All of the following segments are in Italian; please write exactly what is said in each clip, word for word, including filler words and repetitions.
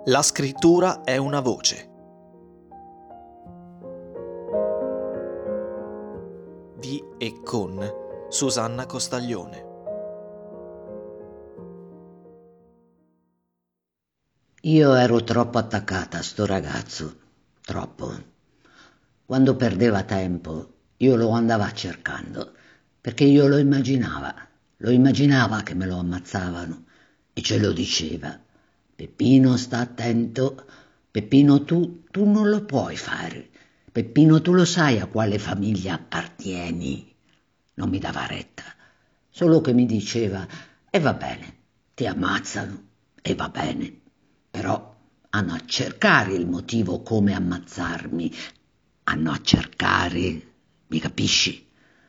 La scrittura è una voce. Di e con Susanna Costaglione. Io ero troppo attaccata a sto ragazzo, troppo. Quando perdeva tempo io lo andavo cercando, perché io lo immaginava, lo immaginava che me lo ammazzavano e ce lo diceva. Peppino, sta attento, Peppino tu, tu non lo puoi fare, Peppino tu lo sai a quale famiglia appartieni. Non mi dava retta, solo che mi diceva, e va bene, ti ammazzano, e va bene. Però hanno a cercare il motivo come ammazzarmi, hanno a cercare, mi capisci?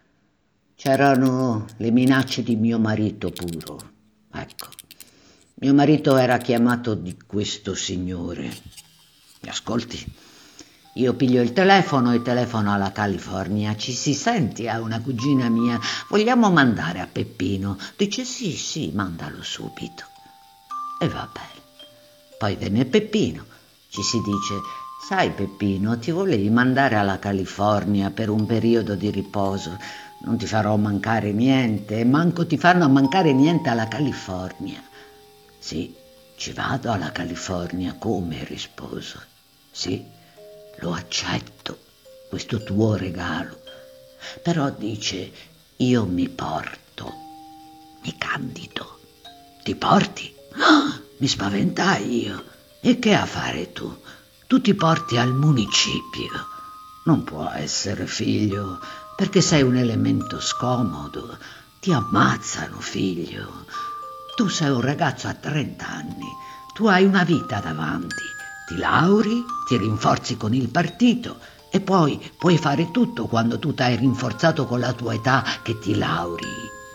C'erano le minacce di mio marito puro, ecco. Mio marito era chiamato di questo signore. Mi ascolti? Io piglio il telefono e telefono alla California. Ci si senti a una cugina mia? Vogliamo mandare a Peppino? Dice sì, sì, mandalo subito. E va bene. Poi venne Peppino, ci si dice, sai Peppino, ti volevi mandare alla California per un periodo di riposo, non ti farò mancare niente, e manco ti fanno mancare niente alla California. Sì, ci vado alla California, come risposo. Sì, lo accetto, questo tuo regalo. Però dice, io mi porto, mi candido. Ti porti? Ah, mi spaventai io. E che a fare tu? Tu ti porti al municipio. Non può essere, figlio, perché sei un elemento scomodo. Ti ammazzano, figlio. Tu sei un ragazzo a trenta anni. Tu hai una vita davanti. Ti lauri, ti rinforzi con il partito e poi puoi fare tutto quando tu t'hai rinforzato con la tua età che ti lauri.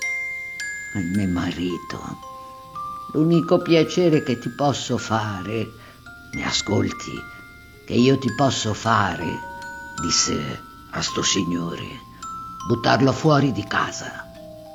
E mio marito... L'unico piacere che ti posso fare, mi ascolti, che io ti posso fare, disse a sto signore, buttarlo fuori di casa.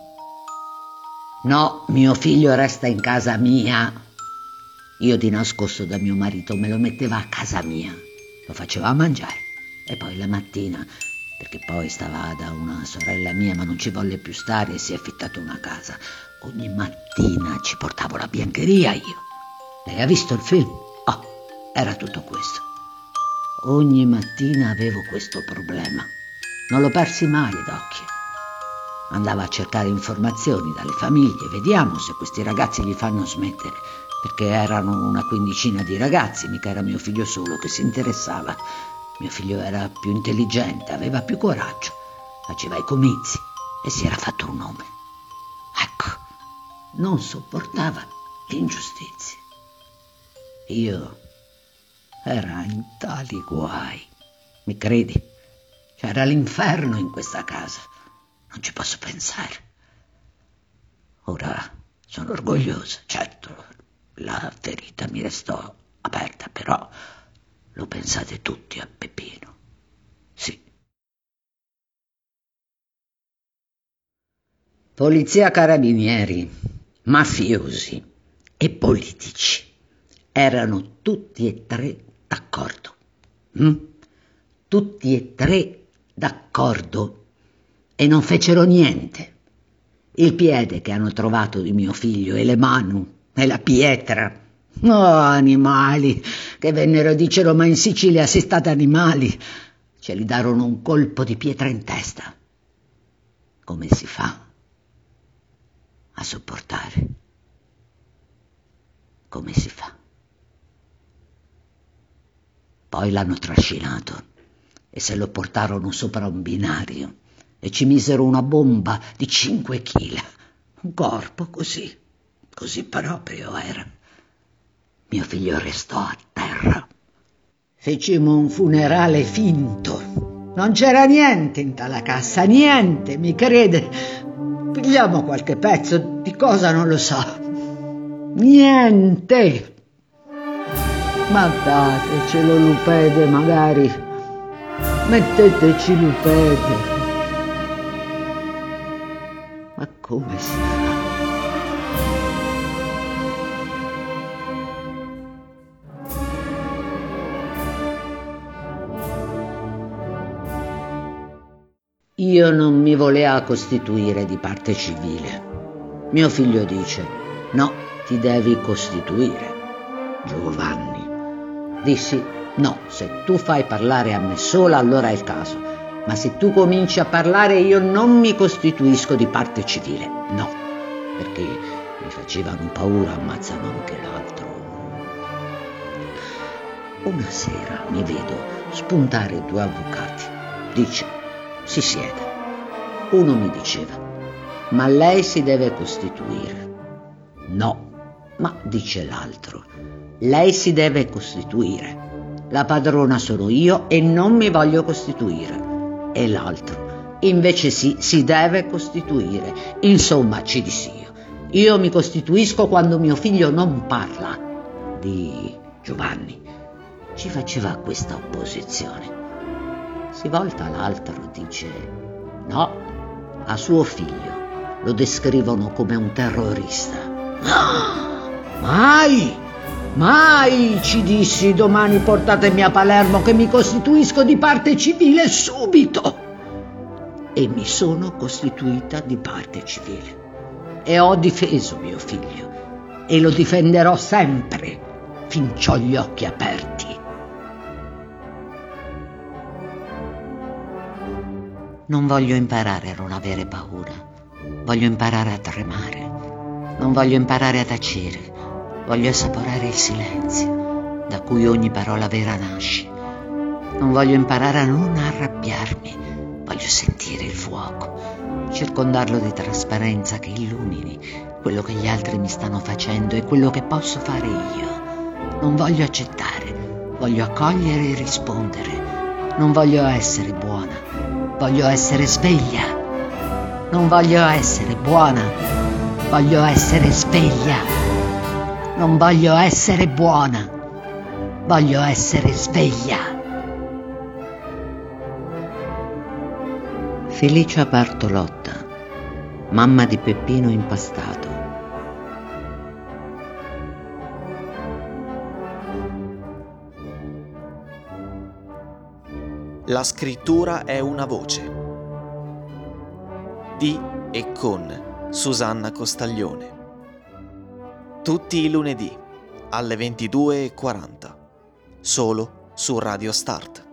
No, mio figlio resta in casa mia. Io di nascosto da mio marito me lo metteva a casa mia, lo faceva mangiare e poi la mattina, perché poi stava da una sorella mia ma non ci volle più stare e si è affittato una casa. Ogni mattina ci portavo la biancheria io. Lei ha visto il film? Oh, era tutto questo. Ogni mattina avevo questo problema. Non lo persi mai d'occhio. Andava a cercare informazioni dalle famiglie, vediamo se questi ragazzi gli fanno smettere, perché erano una quindicina di ragazzi, mica era mio figlio solo che si interessava. Mio figlio era più intelligente, aveva più coraggio, faceva i comizi e si era fatto un nome. Ecco. Non sopportava l'ingiustizia. Io era in tali guai, mi credi? C'era l'inferno in questa casa, non ci posso pensare. Ora sono orgogliosa, certo, la ferita mi restò aperta, però lo pensate tutti a Peppino, sì. Polizia, carabinieri, mafiosi e politici erano tutti e tre d'accordo. Mm? Tutti e tre d'accordo e non fecero niente. Il piede che hanno trovato di mio figlio e le mani e la pietra. Oh, animali che vennero, dicero, ma in Sicilia si state animali. Ce li darono un colpo di pietra in testa. Come si fa a sopportare? Come si fa? Poi l'hanno trascinato e se lo portarono sopra un binario e ci misero una bomba di cinque chila. Un corpo così, così proprio era. Mio figlio restò a terra. Fecimo un funerale finto. Non c'era niente in tale cassa, niente, mi crede? Pigliamo qualche pezzo di cosa non lo so. Niente. Ma datecelo Lupede magari. Metteteci Lupede. Ma come si fa? io non mi voleva costituire di parte civile. Mio figlio dice: no, ti devi costituire. Giovanni. Dissi: no, se tu fai parlare a me sola allora è il caso, ma se tu cominci a parlare io non mi costituisco di parte civile. No, perché mi facevano paura, ammazzano anche l'altro. Una sera mi vedo spuntare due avvocati. Dice: si siede. Uno mi diceva: ma lei si deve costituire. No, ma dice l'altro: lei si deve costituire. La padrona sono io e non mi voglio costituire. E l'altro: invece sì, si deve costituire. Insomma, ci dissi io: io mi costituisco quando mio figlio non parla. Di Giovanni ci faceva questa opposizione. Si volta l'altro, dice: no, a suo figlio lo descrivono come un terrorista. Ah, mai, mai, ci dissi, domani portatemi a Palermo che mi costituisco di parte civile subito. E mi sono costituita di parte civile e ho difeso mio figlio e lo difenderò sempre fin c'ho gli occhi aperti. Non voglio imparare a non avere paura, voglio imparare a tremare, non voglio imparare a tacere, voglio assaporare il silenzio da cui ogni parola vera nasce. Non voglio imparare a non arrabbiarmi, voglio sentire il fuoco, circondarlo di trasparenza che illumini quello che gli altri mi stanno facendo e quello che posso fare io. Non voglio accettare, voglio accogliere e rispondere. Non voglio essere buona, voglio essere sveglia. Non voglio essere buona, voglio essere sveglia. Non voglio essere buona, voglio essere sveglia. Felicia Bartolotta, mamma di Peppino Impastato. La scrittura è una voce. Di e con Susanna Costaglione. Tutti i lunedì alle ventidue e quaranta, solo su Radio Start.